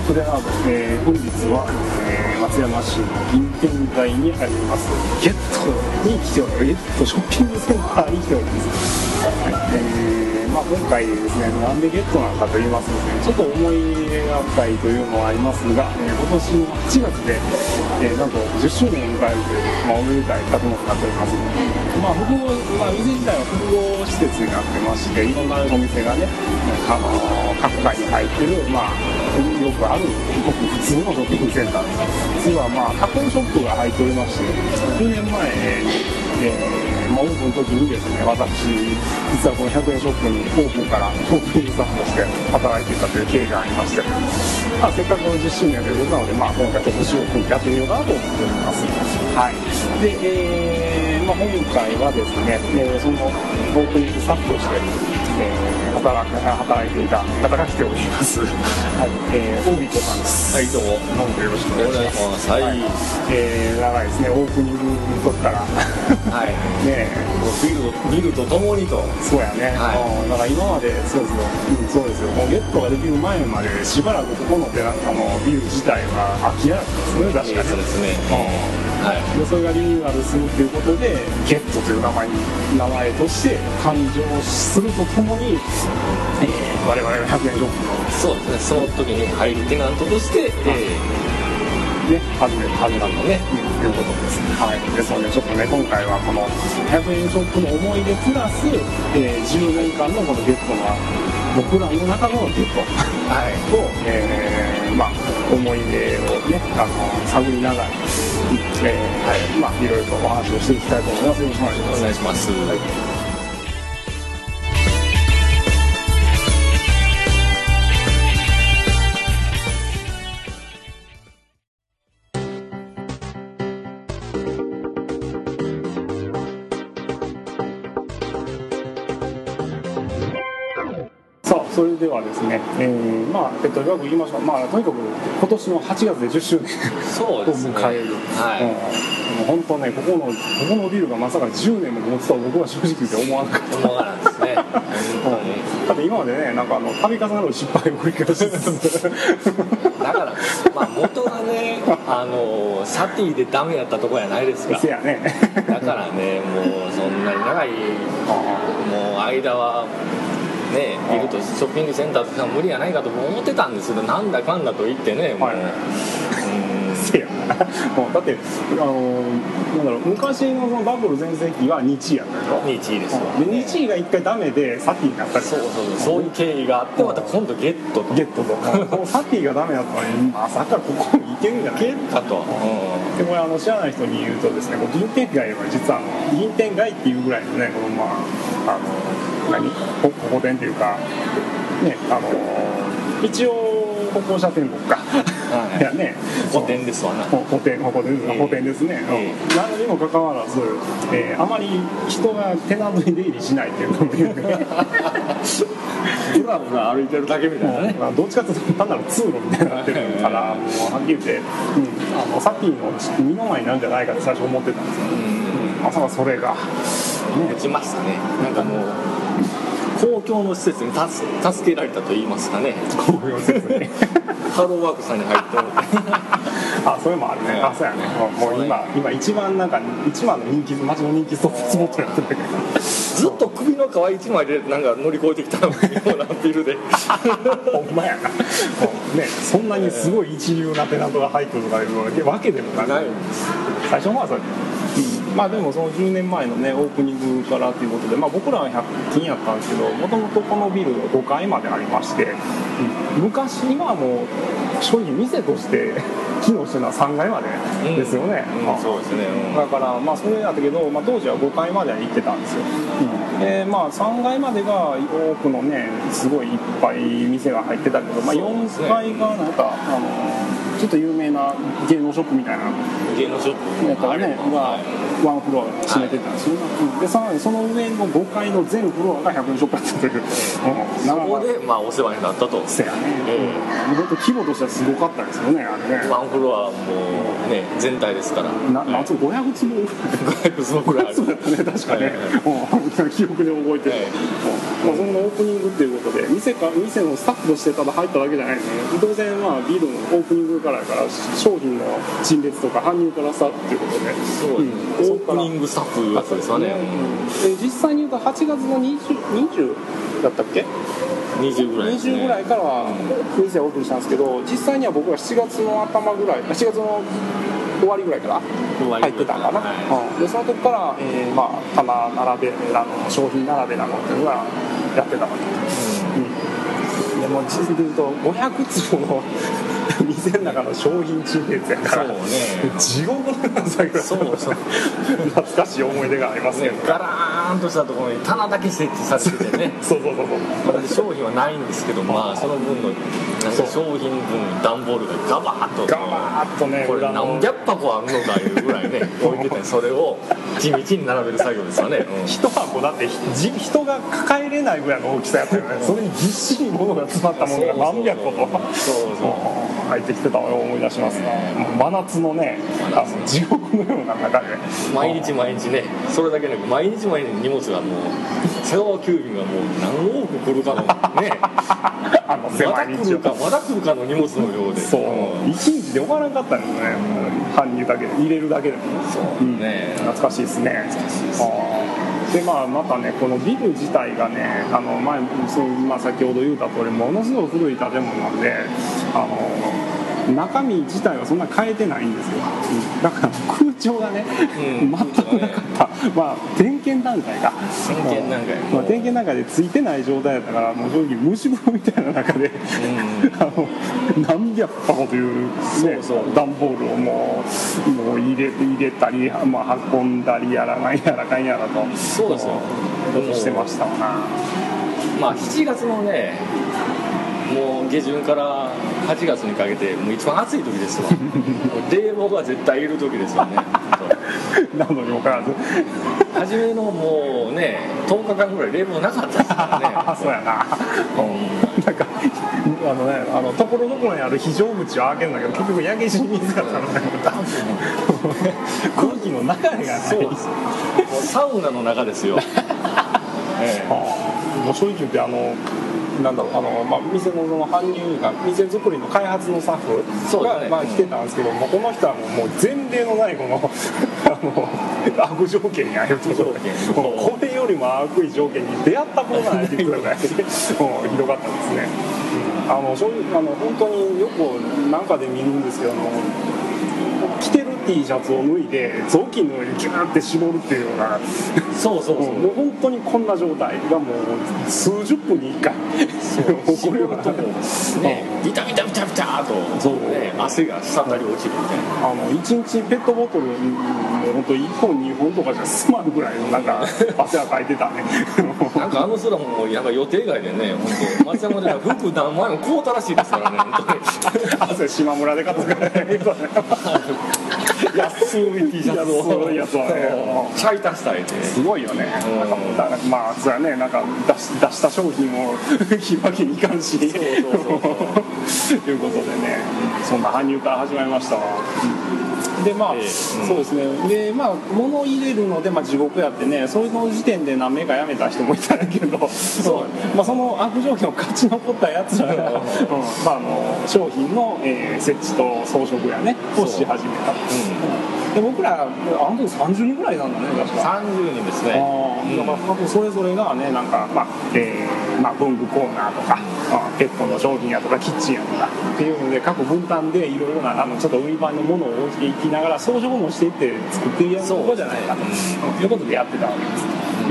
プレナード、本日は、松山市の銀天街にありますゲットに来ております。ゲットショッピングセンターに来ております。今回ですね、なんでゲットなのかと言いますとね、ちょっと思い入れが深いというのはありますが、今年の8月で、なんと10周年を迎えるという、おめでたい建物になっております。店自体は複合施設になってまして、いろんなお店がね、各階に入ってる、よくあるごく普通のショッピングセンターです。実は100円ショップが入っておりまして、10年前オープンの時にですね、私実はこの100円ショップにオープンからオープニングスタッフとして働いていたという経緯がありまして、せっかくの10周年ということなので、今回ちょっと仕事やってみようかなと思っております。はい。で、今回はですね、そのオープニングスタッフとして、働いていた方が来ております。はい、大ビコさんです。 はい、どうも。 どうもよろしくお願いします。はい。長いですね、オープニング撮ったら。 はい。 ねビルとともにと。 そうやね。 はい。 だから今までそうですよ。もうゲットができる前までしばらくここのビル自体は空き家だったんですね。確かに。 そうですね。 はい。でそれがリニューアルするということでゲットという名前として誕生するとともに、我々の100円ショップのそうですね。その時に入るテナントとして、 始めたのね、ということです。はい。ですのでちょっとね、今回はこの100円ショップの思い出プラス、10年間のこのゲットの僕らの中のゲット、はい、を、思い出をね、探りながら、いろいろとお話をしていきたいと思います。よろしくお願いします。 お願いします。はい。 それではですね、とにかく言いましょう。とにかく今年の8月で10周年を迎える。本当ね、ここのビルがまさか10年も持つとは僕は正直言って思わなかった。 思わないですね。 だって今までね、度重なる失敗を繰り返してだから元がね、サティでダメやったとこやないですか。 せやね。 だからね、もうそんなに長いもう間は。ね、ビルとショッピングセンターとか無理やないかと思ってたんですけど、なんだかんだと言ってね、もう、 せやな。だって昔のそのバブル全盛期は日位やったでしょ。 日位ですよ。 で日位が一回ダメでサティになったり。 そういう経緯があって、また今度ゲットとサティがダメだったのに朝からここに行けるんじゃないかと。 でこれ知らない人に言うとですね、銀天街は実は銀天街っていうぐらいのね、この保護店っていうかね、一応歩行者天国か、いやね、 保店ですわな。 保店ですね。なのにもかかわらず、あまり人がテナントに出入りしないっていうのもね、 ふらふら歩いてるだけみたいなね。 どっちかというと単なる通路みたいになってるから、もうはっきり言って、サティの身の前になるんじゃないかって最初思ってたんですよ。まさかそれが落ちましたね。なんかもう公共の施設に助けられたと言いますかね。 公共施設にハローワークさんに入ってそれもあるね。そうやね。もう今一番の人気、街の人気スポットやってるけど、 ずっと首の皮一枚で乗り越えてきたようなビルでほんまやな。ね、そんなにすごい一流なテナントが入ってるとかいうわけでもない。最初はそれ。でもその10年前のね、オープニングからということで、僕らは100均やったんですけど、もともとこのビル5階までありまして、昔今はもう正直店として機能してるのは3階までですよね。 そうですね。 だからそれだったけど、当時は5階までは行ってたんですよ。で3階までが多くのね、すごいいっぱい店が入ってたけど、4階がなんかちょっと有名な芸能ショップみたいな芸能ショップやったらね、ワンフロア占めてたんですよね。でさらにその上の5階の全フロアが100円ショップやったという、 そこでお世話になったと。 せやね。本当規模としてはすごかったですよね、あれね。 ワンフロアもね、全体ですから。 夏500坪ぐらいある。 500坪ぐらいある。 500坪やったね、確かね。規記憶で覚えてる、まあ、そんなオープニングっていうことで店のスタッフとしてただ入っただけじゃないので、当然まあビルのオープニングからやから商品の陳列とか搬入からスタートっていうことで、 そう、オープニングスタッフいうやつですわね。 実際に言うと8月の20だったっけ、 20ぐらいですね。 20ぐらいからは店オープンしたんですけど、実際には僕は7月の頭ぐらい、7月の終わりぐらいから入ってたんかな、でその時から、まあ、棚並べ商品並べなのっていうのがやってたわけです、でも実際で言うと500坪の店の中の商品陳列やから、そう、ね、地獄のような作業、そう懐かしい思い出がありますけど、ね、 ガラーンとしたところに棚だけ設置されててねそう商品はないんですけど、まあその分のなんか商品分段ボールがガバーッとね、これ何百箱あるのかいうぐらいね置いてて、それを地道に並べる作業ですよね、 一箱だって人が抱えれないぐらいの大きさやったよねそれにぎっしり物が詰まったものが何百個と入ってきてたのを思い出しますね。真夏のね、地獄のような中で毎日ね、それだけで毎日荷物がもう佐川急便がもう何億来るかのねまだ来るかの荷物のようで、 そう、1日で終わらなかったんですね、搬入だけで入れるだけでも、そうね、懐かしいですね。でまあ、またねこのビル自体がね先ほど言った通りものすごい古い建物なんで中身自体はそんな変えてないんですよ、だから空調がね、全くなかった、まあ点検段階でついてない状態だったから、もう正直蒸し風呂みたいな中で、何百箱という、ね、段ボールをもう入れたり、まあ、運んだりやらなんやらかんやらと、 そうですよ、 してましたわな。 まあ7月のねもう下旬から8月にかけてもう一番暑い時ですわ冷房が絶対いる時ですよねなのにもかかわらず初めのもうね10日間ぐらい冷房なかったですからねそうやな、なんかところどころにある非常口を開けるんだけど結局焼け死に水がたのね空気の流れがない、そうですもうサウナの中ですよもう正直言ってなんだろう店のその搬入が店作りの開発のスタッフが、ね来てたんですけども、この人はもう前例のないこの悪条件にあるとこれよりも悪い条件に出会ったことがないっていうぐらいひどかったんですね。そういう本当によくなんかで見るんですけど着てる T シャツを脱いで雑巾のようにギューって絞るっていうようなもう本当にこんな状態がもう数十分に1回これはともねビタビタとそうね汗が滴り落ちるみたいな 1日ペットボトルもう本当1本2本とかじゃ済まるぐらいのなんか汗がかいてたねなんか空もなんか予定外でね本当松山では服何枚も買うたらしいですからね本当に汗島村で買ったからね安い T シャツをやつはねちゃい足したいってすごいよね。まあそれはねなんか出した商品を引くわけにいかんしということでね、そんな搬入から始まりましたわ。でまあ、そうですね。でまあ物を入れるので地獄やってね、そういうの時点で何名か辞めた人もいたんだけど、その悪条件を勝ち残ったやつらが商品の、設置と装飾やねをし始めた。で僕らあの時30人ぐらいなんだね確か。 30人ですね。 だからそれぞれがねなんか文具コーナーとか、ペットの商品やとかキッチンやとかっていうので各分担でいろいろなちょっと売り場のものを置いていきながら装飾もしていって作っていくとこじゃないかということでやってたわけです。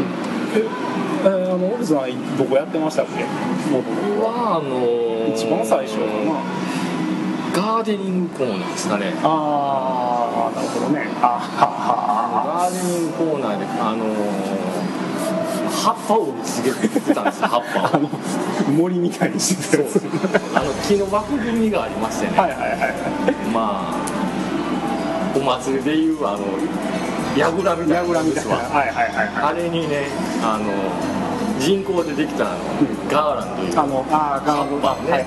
オルスはどこやってましたっけ？僕は一番最初ガーデニングコーナーですかね。 なるほどね。 ガーデニングコーナーで葉っぱをつけてたんですよ。葉っぱを森みたいにしてたやつ。 木の枠組みがありましてね。まあお祭りでいうやぐらみたいなですわ。あれにね人工でできたガーランという葉っぱね。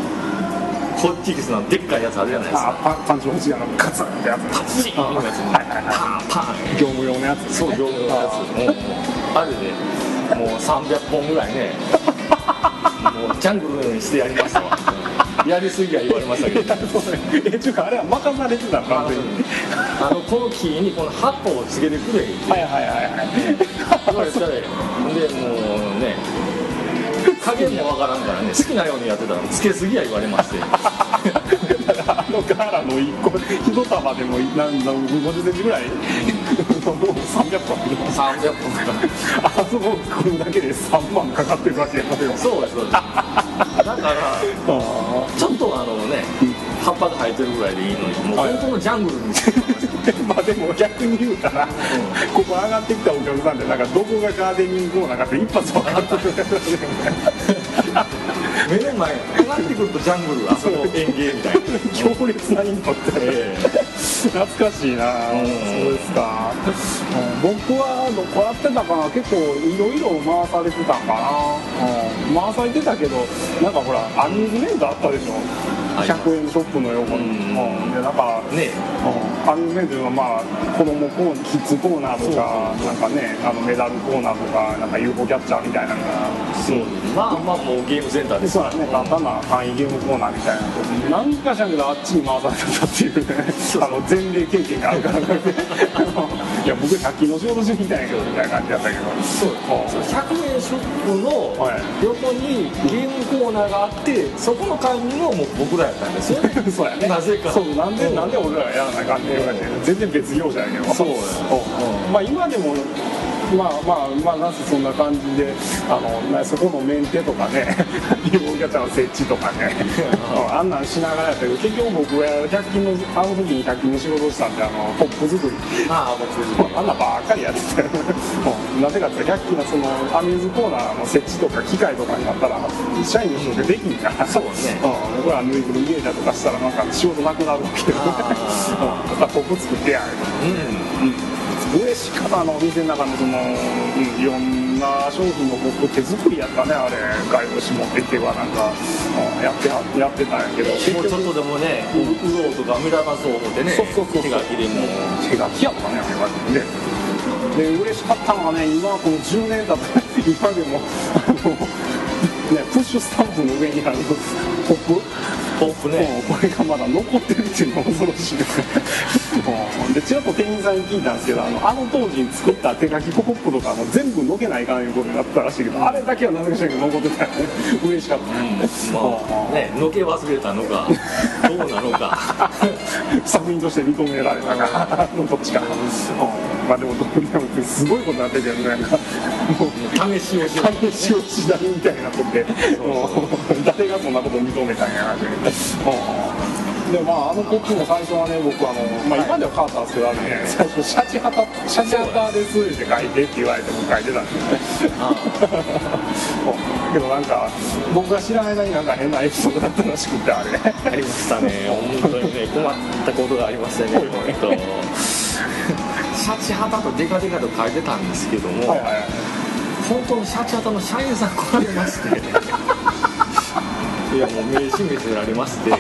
ホッチキスのでっかいやつあるじゃないですか。 パンチホチキスカツンってやつ。 パチンのやつにパン業務用のやつ。 そう業務用のやつ。あれでもう300本ぐらいねもうジャングルのようにしてやりましたわ。やりすぎは言われましたけど。 ちゅうかあれは任されてた完全に。 この木にこの葉っぱをつけてくれ。 はい言われたらでもうね加減もわからんからね好きなようにやってたらつけすぎや言われまして。 ガーラの1個1束でも50センチぐらい300本 300本かあそこ作るだけで3万かかってるわけやからそうですだからちょっと葉っぱが生えてるぐらいでいいのにもう本当のジャングルにまあでも逆に言うたら、ここ上がってきたお客さんってなんかどこがガーデニングコーナーかって一発分かってる目の前上がってくるとジャングルあそこ園芸みたいな強烈なインパクトで懐かしいな、そうですか、僕はどこやってたかな結構いろいろ回されてたんかな、回されてたけどなんかほらアミューズメントあったでしょ100円ショップの横に、でなんかね、アミューズメントのまあ子供コーナーキッズコーナーとかなんかねメダルコーナーとかなんか UFO キャッチャーみたいなのがまあもうゲームセンターですそうだね簡単な簡易ゲームコーナーみたいなとこに何かしらんけどあっちに回されてたっていうね前例経験があるからいや僕100均の仕事しに来たんやけどみたいな感じだったけどそう100円ショップの横にゲームコーナーがあってそこの管理ももう僕らやったんですよねそうやねなぜかそうなんで俺らやらなあかんねん全然別業者やけどそうまあ今でもまあなんせそんな感じでそこのメンテとかねお客ちゃんの設置とかねあんなんしながらやったけど結局僕は100均のあの時に100均の仕事をしたんでポップ作りあんなばっかりやってたよなぜかって100均のそのアミューズコーナーの設置とか機械とかになったら社員の人でできんからそうね僕らぬいぐるみ入れたとかしたらなんか仕事なくなるわけよポップ作ってやる嬉しかった店の中のいろんな商品のポップ手作りやったねあれ外部紙持ってきてはなんかやってたんやけどもうちょっとでもね売ろうとか目立たそう思ってね手書きでも手書きやったねあれで嬉しかったのがね今この10年経って今でもプッシュスタンプの上にあるポップねこれがまだ残ってるっていうのが恐ろしいですねでちらっと店員さんに聞いたんですけどあの当時に作った手書きポップとかも全部のけないかんいうことになったらしいけどあれだけはなぜかしらんけど残ってたよね嬉しかったのけ忘れたのかどうなのか作品として認められたかどっちかまあでもすごいことになってるけどなんか試しをしだみたいなことで誰がそんなことを認めたんやなでまあポップも最初はね僕今では変わったんですけど最初シャチハタですって書いてって言われて僕書いてたんですよねけどなんか僕が知らない間になんか変なエピソードだったらしくてあれありましたね本当にね困ったことがありましたねシャチハタとデカデカと書いてたんですけども本当のシャチハタの社員さん来られましていやもう名刺見せられまして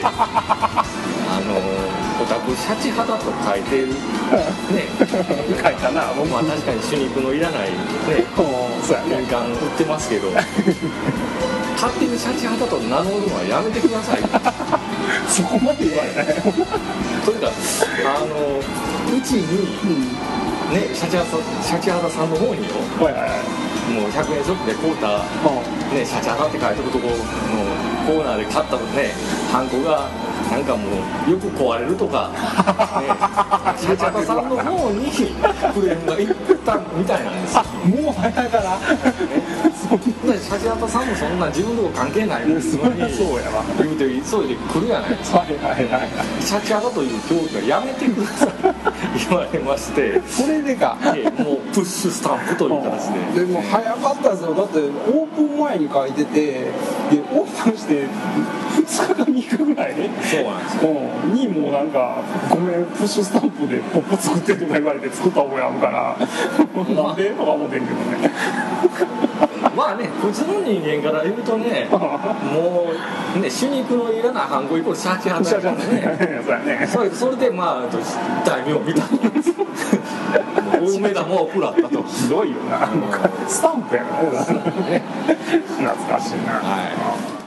お宅シャチハタと書いてるね書いたなまあ確かに手肉のいらないね年間売ってますけど勝手にシャチハタと名乗るのはやめてくださいそこまで言われないというかうちにねシャチハタさんの方によもう100円ショップで買うたねシャチハタって書いてるところのコーナーで買ったねハンコがなんかもうよく壊れるとか、シャチハタさんの方にクレームがいったみたいなんですよもう早いからシャチハタさんもそんな自分のとこ関係ないのにそうやわ言うて急いで来るやないですかシャチハタという競技がやめてください言われましてそれでかもうプッシュスタンプという形ででも早かったですよだってオープン前に書いててでオープンして2日か3日ぐらいそうなんですよにもうなんかごめんプッシュスタンプでポップ作ってとか言われて作った覚えあるからなんでとか思ってんけどねまあね普通の人間から言うとねもうね主肉のいらない半語イコールシャーチハタやからねそれでまあ大名みたいな大目玉を食らったとひどいよなスタンプやからね懐かしいな、はい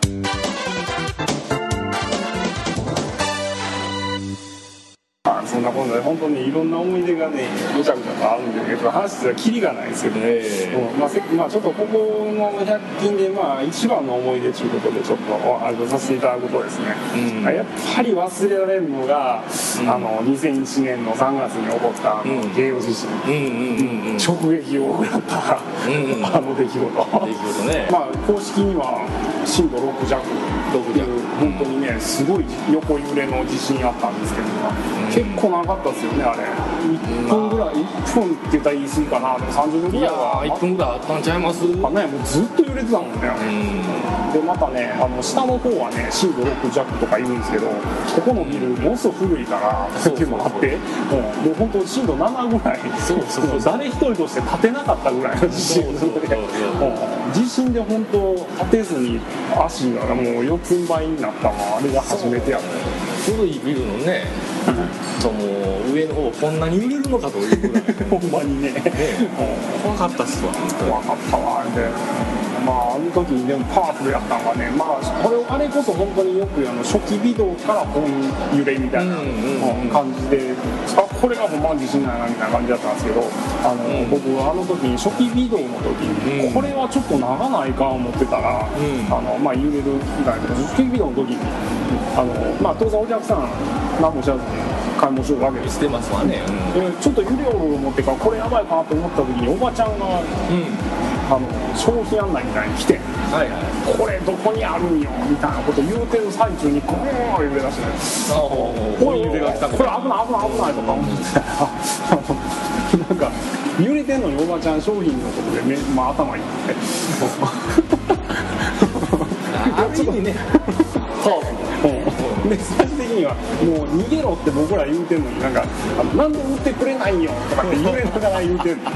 そんなことで本当にいろんな思い出がねぐちゃぐちゃとあるんで話してはキリがないですけどね、まあちょっとここの100均でまあ一番の思い出ということでちょっとさせていただくとですね、やっぱり忘れられるのが、2001年の3月に起こったゲーム地震、直撃を食らったあの出来事ね、まあ公式には震度6弱っていう本当にねすごい横揺れの地震あったんですけど、結構長かったですよねあれ1分ぐらい1分って言ったら言い過ぎかなでも30分ぐらいは 1分ぐらいあったんちゃいますかねもうずっと揺れてたもんねでまたね下の方はね震度6弱とか言うんですけどここのビルものすごく古いからっていうのがあってもう本当震度7ぐらい誰一人として立てなかったぐらいの地震で地震で本当立てずに足がもう四つん這いになったのはあれが初めてやった古いビルのねもう上の方こんなに揺れるのかというぐらいほんまにね怖かったっすわ怖かったわでまああの時にでもパワフルやったのがねまああれこそ本当によく初期微動から本揺れみたいな感じでこれがほんま地震なんやなみたいな感じだったんですけど僕はあの時に初期微動の時にこれはちょっと長ないか思ってたらまあ揺れるみたいな初期微動の時にまあ当然お客さん何も知らずに買い物するわけですしてますわね、 ちょっと揺れを思ってからこれやばいかなと思った時におばちゃんが、商品案内みたいに来て、これどこにあるんよみたいなこと言うてる最中にゴーン揺れ出してこれ揺れが来たこれ危ないとか思ってなんか揺れてんのにおばちゃん商品のことで頭いいってある意味ねで最終的にはもう逃げろって僕ら言うてんのになんで売ってくれないんよとかって揺れながら言うてんの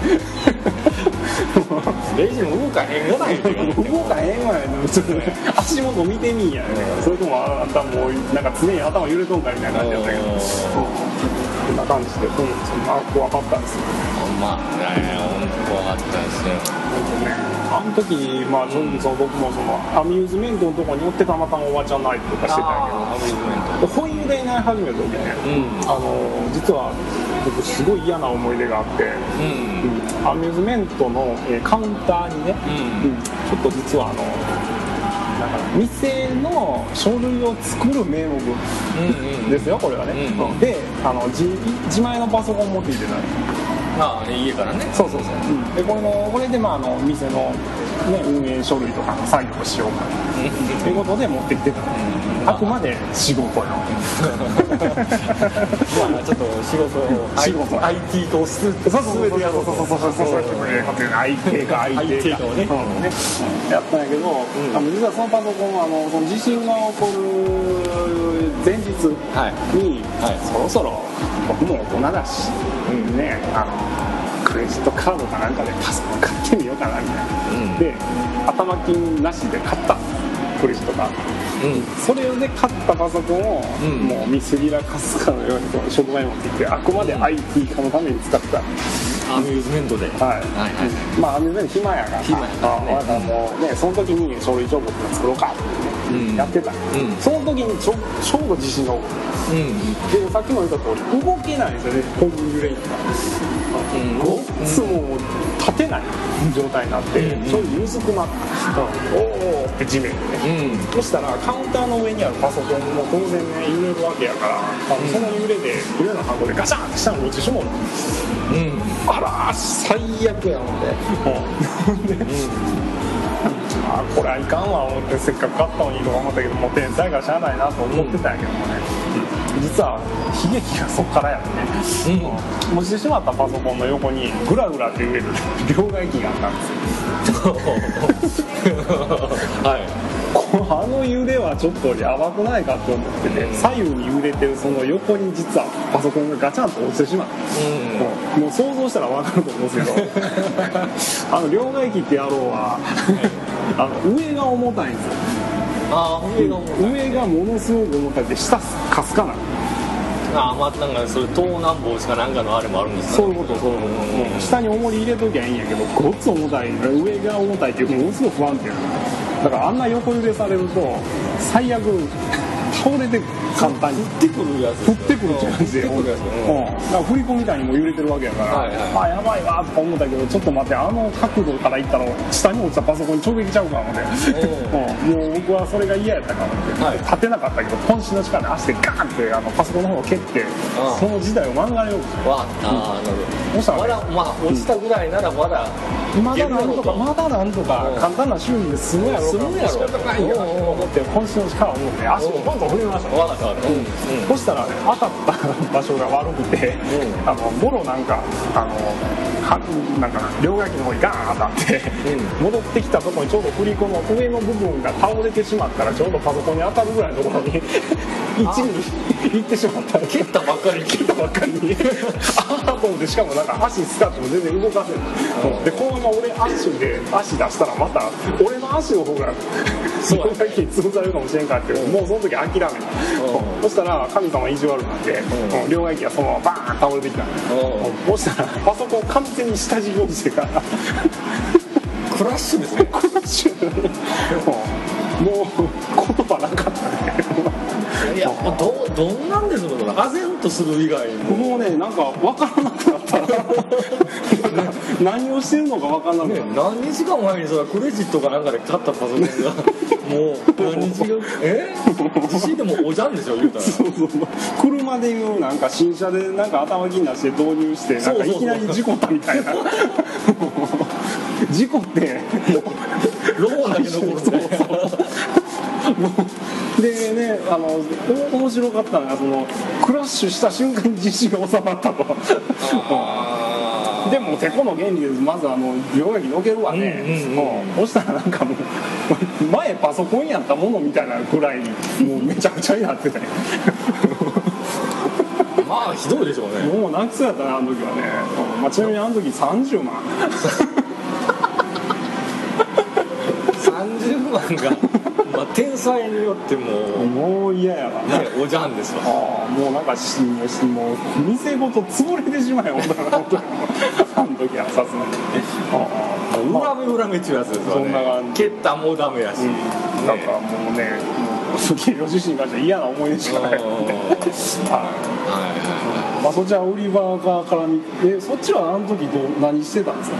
レジも動かへんがない動かへんがない足元見てみんやそれともあんたもうなんか常に頭揺れとんかみたいな感じだったけどこんな感じでそんな怖かったんですよまあね本当怖かったですよあの時まあ僕もアミューズメントのとこに寄ってたまたまおばちゃんの相手とかしてたんやけど本揺れになり始めた時ね、実は僕すごい嫌な思い出があって、アミューズメントのカウンターにね、ちょっと実はなんか店の書類を作る名目ですよこれはね、で自前のパソコン持ってきてたんです家からねでこれで店の、運営書類とかの作業をしようかということで持ってきてたあくまで仕事よちょっと仕事 IT と進めてやろうと IT かをねやったんやけど実はそのパソコンはその地震が起こる前日にそろそろ僕も大人だしクレジットカードかなんかでパソコン買ってみようかなみたいな、で頭金なしで買ったクレジットカード、それで買ったパソコンを、もう見すぎらかすかのように職場に持ってきてあくまで IT 化のために使ったアミューズメントでまあアミューズメント暇やからもうねその時に書類帳簿って作ろうかってやってた、その時にちょうど地震が起こる、でさっきも言った通り動けないんですよね本揺れにごっつも立てない状態になってちょいゆずくまっておおって地面でね、そしたらカウンターの上にあるパソコンも当然ね揺れるわけやからその揺れで揺れの箱でガシャンって下に落ちしもうあら最悪やもんでこれはいかんわ思ってせっかく買ったのにとか思ったけどもう天才がしゃあないなと思ってたんやけどもね、実は悲劇がそっからやってね、落ちてしまったパソコンの横にグラグラって揺れる両替機があったんですよあの揺れははちょっとやばくないかって思ってて、左右に揺れてるその横に実はパソコンがガチャンと落ちてしまって、もう想像したら分かると思うんですけど両替機って野郎は上が重たいんですよ。上がものすごく重たいで下かすかなまあなんかそれ盗難防止かなんかのあれもあるんですか、 そういうこともう下に重り入れときゃいいんやけどごっつ重たい上が重たいっていうものすごく不安定なだからあんな横揺れされると最悪倒れて簡単に降ってくるやつ降ってくるって感じで、だから振り子みたいにも揺れてるわけやから、あやばいわとか思ったけどちょっと待って角度からいったら下に落ちたパソコンに直撃ちゃうか思ってもう僕はそれが嫌やったから思って、立てなかったけど渾身の力で足でガーンってパソコンの方を蹴ってその事態を免れようとしてそしたらまあ落ちたぐらいならまだなんとか簡単な修理で済むやろうか仕方ないよと思って渾身の力を持って足をポンと振りました。そしたらね当たった場所が悪くてボロなんか両替機の方にガーン当たって戻ってきたところにちょうど振り子の上の部分が倒れてしまったらちょうどパソコンに当たるぐらいのところに一部行ってしまったら蹴ったばっかりにああと思ってしかもなんか足使っても全然動かせないでこのまま俺足出したらまた俺の足の方が両替機に潰されるかもしれんからってもうその時諦めたそしたら神様意地悪なんで両替機がそのままバーン倒れてきたそしたらパソコン完全に下敷き落ちてからクラッシュですねクラッシュもう言葉なかったねいやどんなんですの唖然とする以外もうねなんか分からなくなったら何をしてるのか分からなくなった、 何日間前にそれクレジットかなんかで買ったパソコンがもう何日が実でもおじゃんでしょ言うたらそう車でいうなんか新車でなんか頭金出して導入してなんかいきなり事故ったみたいな事故ってローンだけ残るみたいなでね面白かったのがそのクラッシュした瞬間に地震が収まったとでもてこの原理でまず両替機のけるわねそしたらなんかもう前パソコンやったものみたいなくらいもうめちゃくちゃになってたねまあひどいでしょうねもう泣きそうやったなあの時はね、ちなみにあの時30万 30万が天才によってもう嫌やわねおじゃんですわもうなんかもう店ごと潰れてしまえよあの時はさすがに恨めっていうやつですわね蹴ったもうダメやしなんかもうね芸能自身に関しては嫌な思い出しかないそっちは売り場側から見てそっちはあの時何してたんですか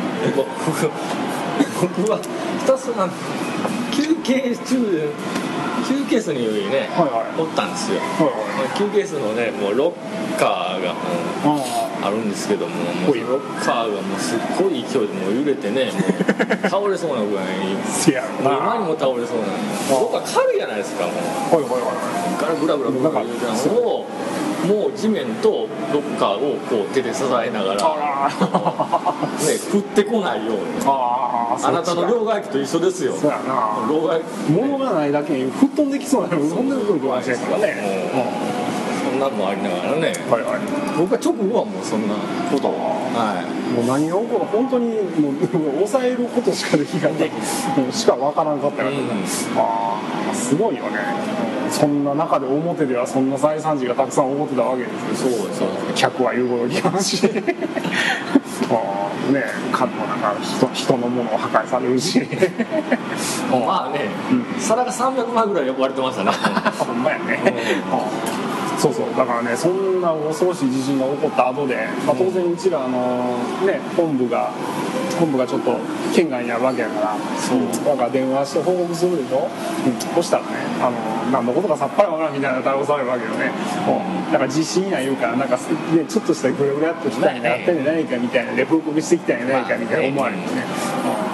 僕はひたすら休憩室にね、おったんですよ、休憩室のねもうロッカーがあるんですけどもロッカーがもうすっごい勢いでもう揺れてねもう倒れそうなぐらいに今にも倒れそうなロッカー軽いじゃないですかもうグラグラ揺れてるのをもう地面とロッカーをこう手で支えながら降ってこないようにあなたの両替機と一緒ですよそうやな物がないだけに吹っ飛んできそうなの飛んでくるかもしれないからねそんなのもありながらね僕は直後はもうそんなこともう何が起こる本当にもう抑えることしかできないしか分からんかったからすごいよねそんな中で表ではそんな再産地がたくさん起こってたわけですよそう客は言うこと聞かんしねなんか人のものを破壊されるしまあね皿が300万ぐらい割れてましたねほんまやねそうだからねそんな恐ろしい地震が起こった後で、当然うちら本部がちょっと県外にあるわけやからだから電話して報告するでしょ、そしたらね何のことかさっぱりわからんみたいな対応されるわけよね、だから地震や言うからなんか、ちょっとしたグラグラっとしたいなってんじゃないかみたいなで報告してきたんじゃないかみたいな思われるよね、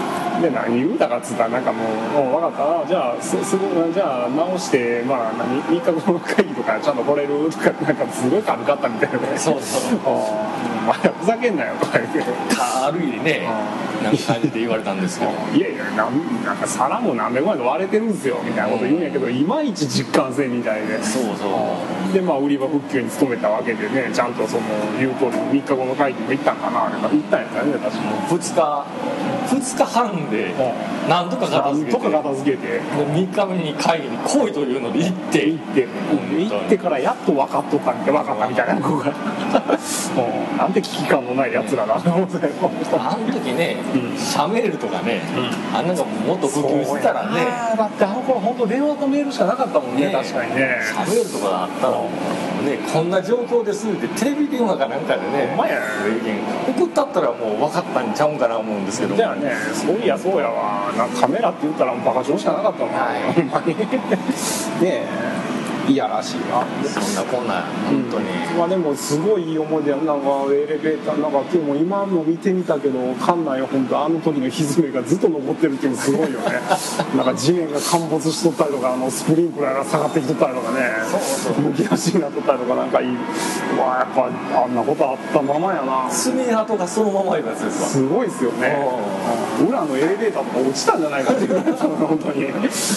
で何言うたかっつったらなんかもう分かったじゃあじゃあ直してまあ3日後の会議とかちゃんと来れるとかなんかすごい軽かったみたいなね。 そうそうお前ふざけんなよとか言って軽いねなんか感じで言われたんですけどいやいやなんか皿も何百万で割れてるんですよみたいなこと言うんやけどいまいち実感せんみたいでそうそうでまあ売り場復旧に努めたわけでねちゃんとその言う通り3日後の会議も行ったんかな行ったんやったね確か 2日半で何とか片付けて3日目に会議に来いというので行ってからやっと分かったみたいな子がなんて危機感のないやつらだと思ってあの時ねシャメールとかねあんなのもっと普及してたらねだってあの頃本当電話とメールしかなかったもんね確かにねシャメールとかあったらねこんな状況ですってテレビ電話かなんかでね送ったったらもう分かったんちゃうんかな思うんですけどじゃあねそうやわなんかカメラって言ったらバカ上しかなかったもんほんまにねえいやらしいわそんなこんな本当に、 まあでもすごいいい思い出なんかエレベーターなんか今日も今も見てみたけど館内は本当あの時の歪みがずっと残ってるっていうのすごいよねなんか地面が陥没しとったりとかスプリンクラーが下がってきとったりとかねむき出しになっとったりとかなんかいいわやっぱあんなことあったままやな爪痕がそのままいうやつですわすごいですよね裏のエレベーターとか落ちたんじゃないかっていう本当に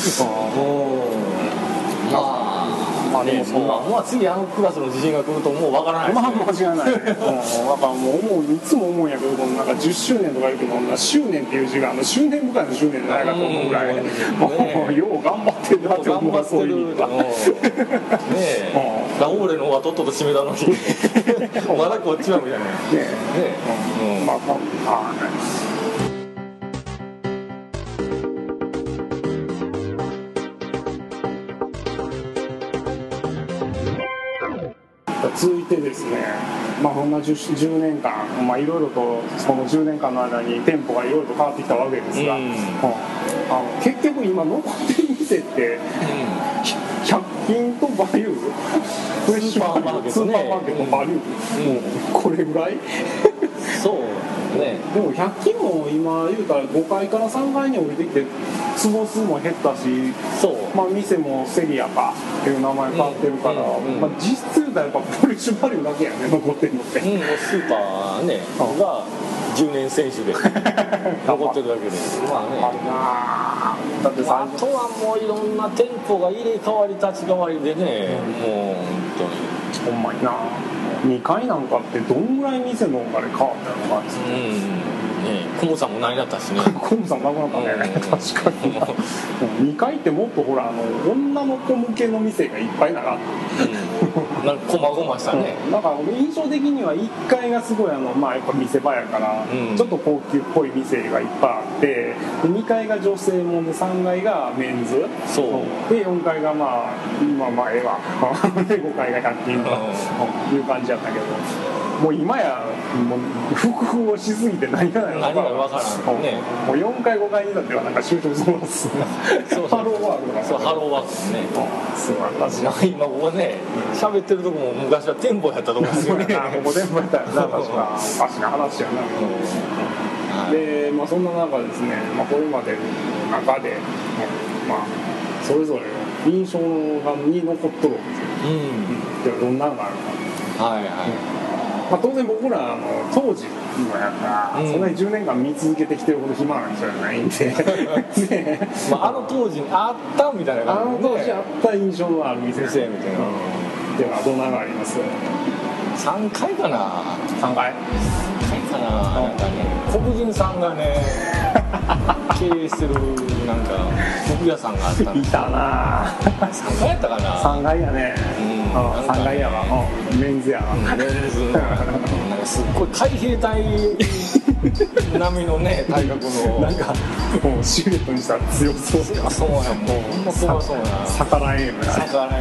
まあでもまあ次あのクラスの地震が来るともうわからないですね間違いないねだからもういつも思うんやけどなんか10周年とか言うけど周年っていう字が周年深いの周年じゃないかと思うぐらいよう頑張ってるなって思うそういう意味ねえラオーレの方がとっとと締めたのにまだこっちはみたいなねえまあ続いてですね、まあこんな 10年間、まあいろいろとその10年間の間に店舗がいろいろと変わってきたわけですが、結局今残ってる店って、100均とバリュー、フレッシュバリュー、スーパーマーケットバリュー、これぐらいそうね、 でも100均も今言うたら5階から3階に降りてきて坪数も減ったしまあ店もセリアかっていう名前変わってるから、まあ、実質言うたらやっぱフレッシュバリューだけやね残ってるのって、 スーパーねが10年選手で残ってるだけでまあねあとはもういろんな店舗が入れ替わり立ち替わりでね、もう本当にほんまにな2階なんかってどんぐらい店のあれ変わったのかっつってコムさんもないなったしねコムさんなくなったね確かに2階ってもっとほら女の子向けの店がいっぱいならなんかこまごましたねなんか印象的には1階がすごいまあやっぱ店場やから、ちょっと高級っぽい店がいっぱいあって2階が女性もんで3階がメンズそうで4階がまあええわで5階が100均という感じやったけどもう今やもう複合をしすぎて何がないのか分からんねもう4階5階になってはなんか就職そうですハローワークとかそうハローワークですねすごい今ここね喋ってるとこも昔は店舗やったとこですよねここ店舗やったよな確かおかしな話やなでまあそんな中ですねこれまでの中でまあそれぞれの印象に残っとるわけですよどんなのがあるかはいはいまあ、当然僕ら当時のやったら、そんなに10年間見続けてきてるほど暇なんじゃないんでねあの当時にあったみたいな感じで当時あった印象のある店みたいなではどんなのあります 3階かな 3階かななんかね黒人さんがね経営してるなんか服屋さんがあったんいたな 3階やったかな 3階やね3階やわメンズやわメンズなんかすっごい海兵隊並みのね体格のなんかもうシルエットにしたら強そうそうやもうそう逆らえんよな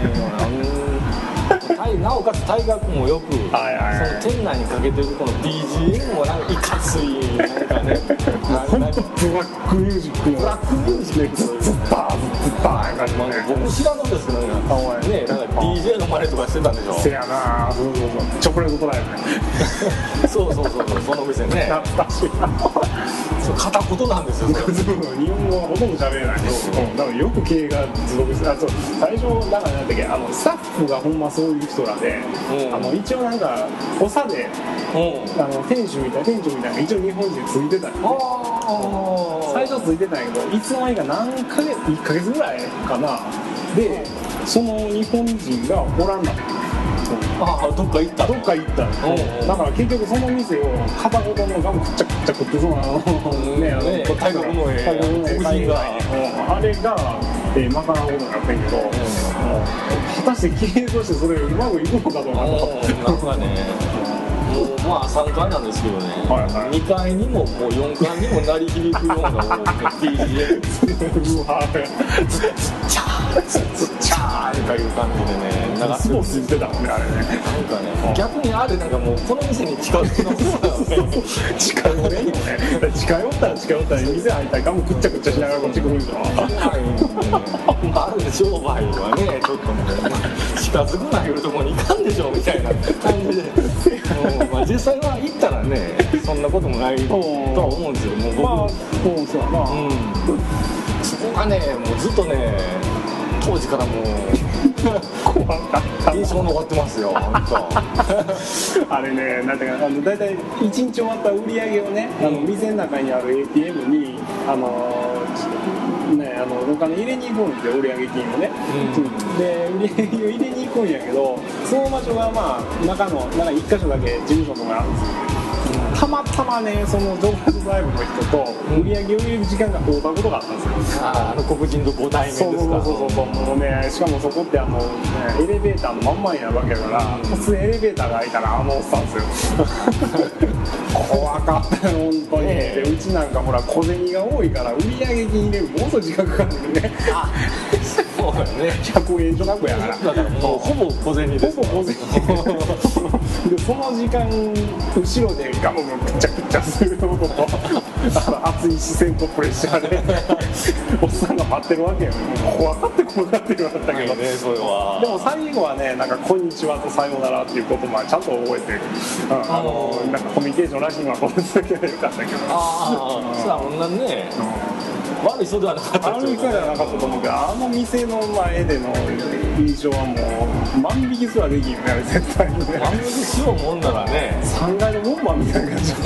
なおかつ体格もよく、その店内にかけてるこの BGM もなんかいかついなんかねほんとブラックミュージックブラックミュージックずっバー感じ僕知らんのですけどねなんか DJ の真似とかしてたんでしょせやなチョコレートトライブそうその店ね懐かしいな片言なんですよ。 日本語はほとんど喋れない。だからよく経営が持続して、最初なんかなんだっけ、スタッフがほんまそういう人らで、一応なんか長で店主みたいな一応日本人ついてたんよ。最初ついてたんやけど、いつの間にか何ヶ月1ヶ月ぐらいかなで、その日本人がおらんなって。 どっか行った。 だから結局その店を片言のガムくっちゃ食ってそうな外国の黒人があれがまかなことになってんけど、果たして経営としてそれうまくいくのかどうかなんかね。まあ3階なんですけどね、2階にももう4階にも鳴り響くようなBGM ズッチャーという感じでね、 なんかスポーツ言ってたもんね、あれね。 なんかね、逆にあれなんかもうこの店に近づくの近寄れんよね。近寄ったら店入ったらガムくっちゃくっちゃしながらこっち来るんじゃん。 ある商売はね、ちょっともう近づくないうとこに行かんでしょみたいな感じで、実際は行ったらね、そんなこともないとは思うんですよ。もう僕そうやな。 そこがね、もうずっとね、当時からもう怖かった印象残ってますよ、本当。 あれね、なんていうか、だいたい1日終わった売り上げをね、店の中にある ATM にお金入れに行くんですよ、売上金をね。で売り上げを入れに行くんやけど、その場所がまあ中1箇所だけ事務所とかあるんですよ。たまたまね、そのジョーカーズライブの人と売り上げを入れる時間が合うたことがあったんですよ。 黒人とご対面ですか。 そうもうね、しかもそこってエレベーターの真ん前になるわけだから、普通エレベーターが開いたらおっさんですよ。怖かったよ、本当に。でうちなんかほら小銭が多いから売り上げ金入れるものすごい時間かかるんでね。 そうだね。 100円所額やから。 だからもうほぼ小銭です。 ほぼ小銭。でその時間後ろでガムがくっちゃくちゃするのと熱い視線とプレッシャーでおっさんが待ってるわけよ。怖かって言われたけど、 それはでも最後はね、なんかこんにちはとさようならっていう言葉ちゃんと覚えてる。なんかコミュニケーションらしいのはこれだけでよかったけど。 そうだもんなんね。悪い人ではなかった悪い人ではなかったと思うけど、店の前での印象はもう万引きすらできんよね、絶対にね。 万引きしようもんならね、 3階の門番みたいな感じ。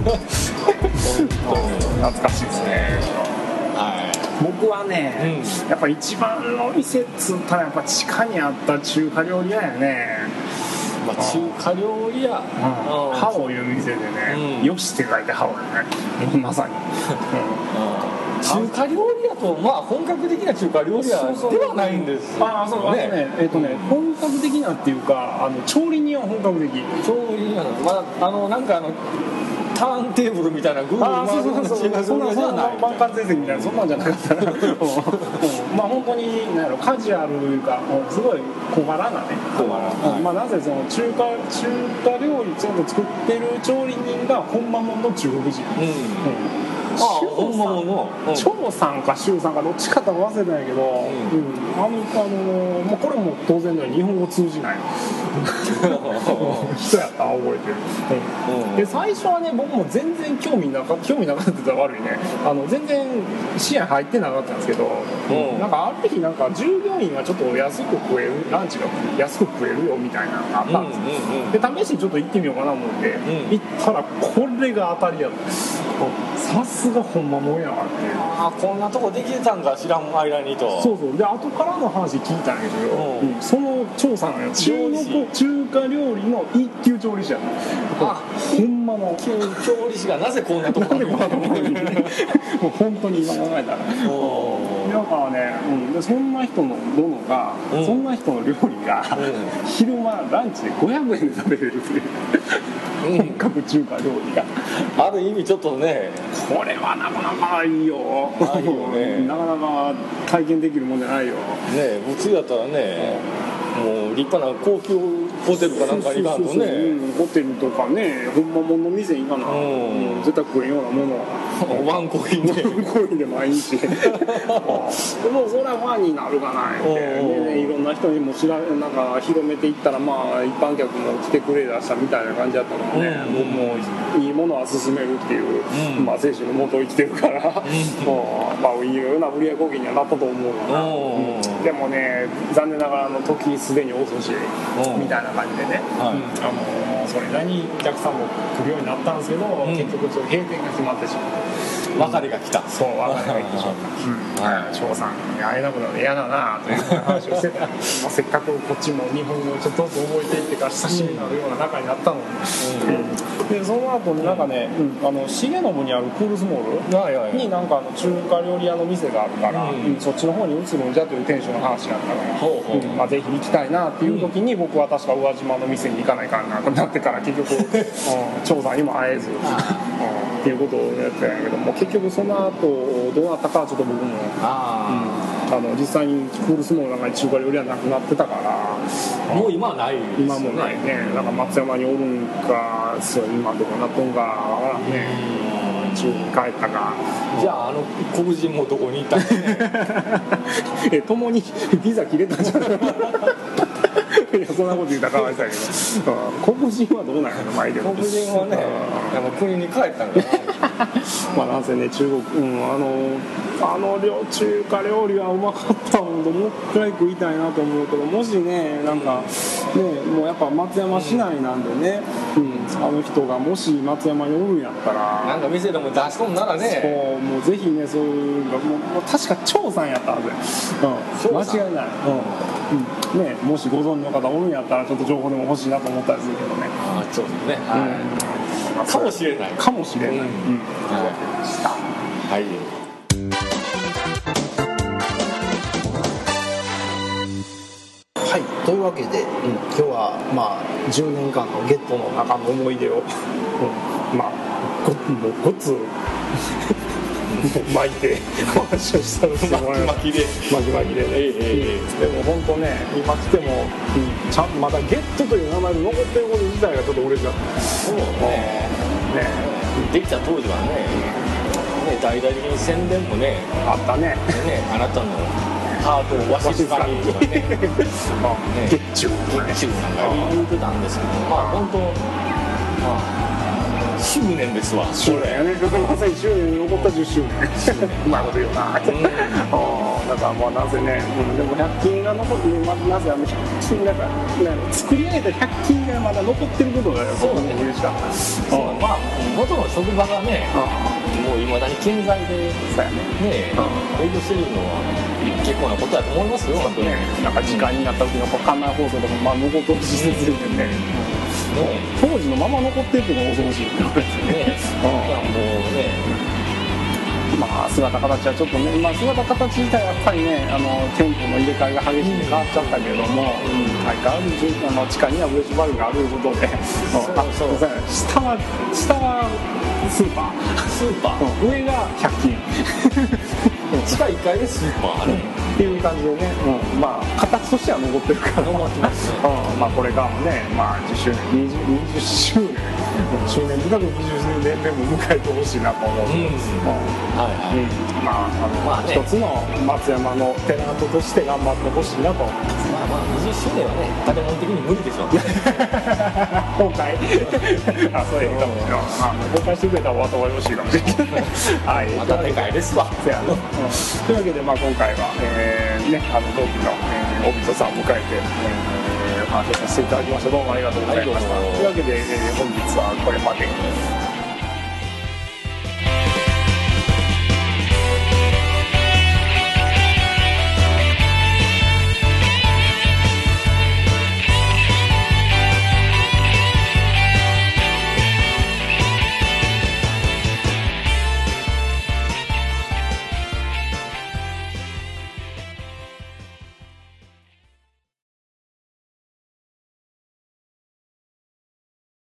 懐かしいですね。僕はね、やっぱ一番の店っつったらやっぱ地下にあった中華料理屋やね。 中華料理屋、 ハオいう店でね、よしって書いてハオやね、まさに。 中華料理屋と、まあ本格的な中華料理屋ではないんですよね。 本格的なっていうか、調理人は本格的。 調理人はなんかターンテーブルみたいなグー回るような中華料理屋じゃない。 満館全席みたいな、そんなんじゃなかったな。まあ本当にカジュアルというか、すごい小柄なね。なぜその中華料理ちゃんと作ってる調理人が本間もんの中国人。 本物の張さんか周さんかどっちかと忘れたんやけど、これも当然のように日本語通じない人やったら覚えてる。で最初はね、僕も全然興味なかったって言ったら悪いね。全然視野入ってなかったんですけど、なんかある日なんか従業員がちょっと安く食える、ランチが安く食えるよみたいなのがあったんですよ。で試しにちょっと行ってみようかな思って行ったら、これが当たりやった。さすがほんまもんやなって。 こんなとこできてたんか、知らん間にと。 そうで後からの話聞いたんやけど、その張さんが中華料理の一級調理師やった。ほんまの調理師がなぜこんなところにもう本当に今考えたらだからね、そんな人のものが、そんな人の料理が、昼間ランチで500円で食べれるっていう本格中華料理がある意味ちょっとね、 これはなかなかいいよ。 ないよね。 なかなか体験できるもんじゃないよ。 ね、普通だったらね、もう立派な高級ホテルかなんかに行かんとね、 ホテルとかね、ほんまもんの店行かな、絶対食えんようなものワンコインで毎日でもそれはファンになるかなって、いろんな人にもなんか広めていったら、まあ一般客も来てくれだしたみたいな感じだったのでね、僕もいいものは勧めるっていう、まあ精神のもと生きてるから、まあいろいろな売り上げ貢献にはなったと思うから、でもね、残念ながら時すでに遅しみたいな感じでね、それなりにお客さんも来るようになったんですけど、結局閉店が決まってしまって。 別れが来た。 そう、別れが来てしまった。翔さんに会えなくなるの嫌だなという話をしてたせっかくこっちも日本語をちょっとずつ覚えていってから親しみになるような仲になったのに、でその後になんかね、重信にあるクールスモールになんか中華料理屋の店があるから、そっちの方に移るんじゃという店主の話があったから、ぜひ行きたいなっていう時に、僕は確か宇和島の店に行かないかなとなってから、結局長さんにも会えずっていうことをやってたんやけども、結局その後どうなったかはちょっと僕も実際にクールスモールの中に中華料理はなくなってたから、 もう今はないですよね。 今もないね。なんか松山におるんか、今どこなっとんかわからんね。中国に帰ったか。 じゃあ黒人もどこに行ったんですね。 共にビザ切れたんじゃないいや、そんなこと言うたらかわいそうやけど、黒人はどうなんやろ、前でも黒人はね、国に帰ったんかなまあなんせね、中国、中華料理はうまかったので、もう一回食いたいなと思うけど、もしね、なんかね、もうやっぱ松山市内なんでね、あの人がもし松山におるんやったら、 なんか店でも出し込んだらね、 そう、もうぜひね、そういうの、もう確か張さんやったはず、間違いない、ね、もしご存知の方おるんやったら、ちょっと情報でも欲しいなと思ったりするけどね。 そうですね、かもしれない、 かもしれない。はい。はい、というわけで、今日はまあ10年間のゲットの中の思い出を、まあごっつ巻いて話をしたんですけど、巻きでね、でも本当ね、今来ても、ちゃんとまだゲットという名前で残ってること自体がちょっと嬉しかった。 そうね、できた当時はね、大々的に宣伝もねあったね、 あなたのハートをわしづかみとかね、 月中なんか言ってたんですけど、まあ本当、執念ですわ。 そうだよね。まさに10年に残った10周年。うまいこと言うな。だからまあなぜね、でも100均が残って、なぜ100均だから作り上げた100均がまだ残ってることがそうね、嬉しかった。 まあ元の職場がね、もういまだに健在で、 そうやね。 営業してるのは結構なことだと思いますよ。本当に。 なんか時間になった時の館内放送とかまあ残ってる施設でね。当時のまま残ってるっていうのが恐ろしいね。もうね、まあ姿形はちょっとね、まあ姿形自体はやっぱりね、店舗の入れ替えが激しく変わっちゃったけども、相変わらず地下にはウレシュバルがあることで、下はスーパー、上が100均。 地下1階でスーパーあるっていう感じでね、まあ形としては残ってるから、まあこれからもね、まあ10周年、20周年、周年深く20年目も迎えてほしいなと思うんです。まあ一つの松山のテナントとして頑張ってほしいなと思います。 まあ20周年はね、建物的に無理でしょうね。 崩壊そういうかもしれない。崩壊してくれたら終わってほしいかもしれない。 またでかいですわ。 というわけで、まあ、今回は、同期の、オビトさんを迎えて、話をさせていただきました。どうもありがとうございました。というわけで、本日はこれまで。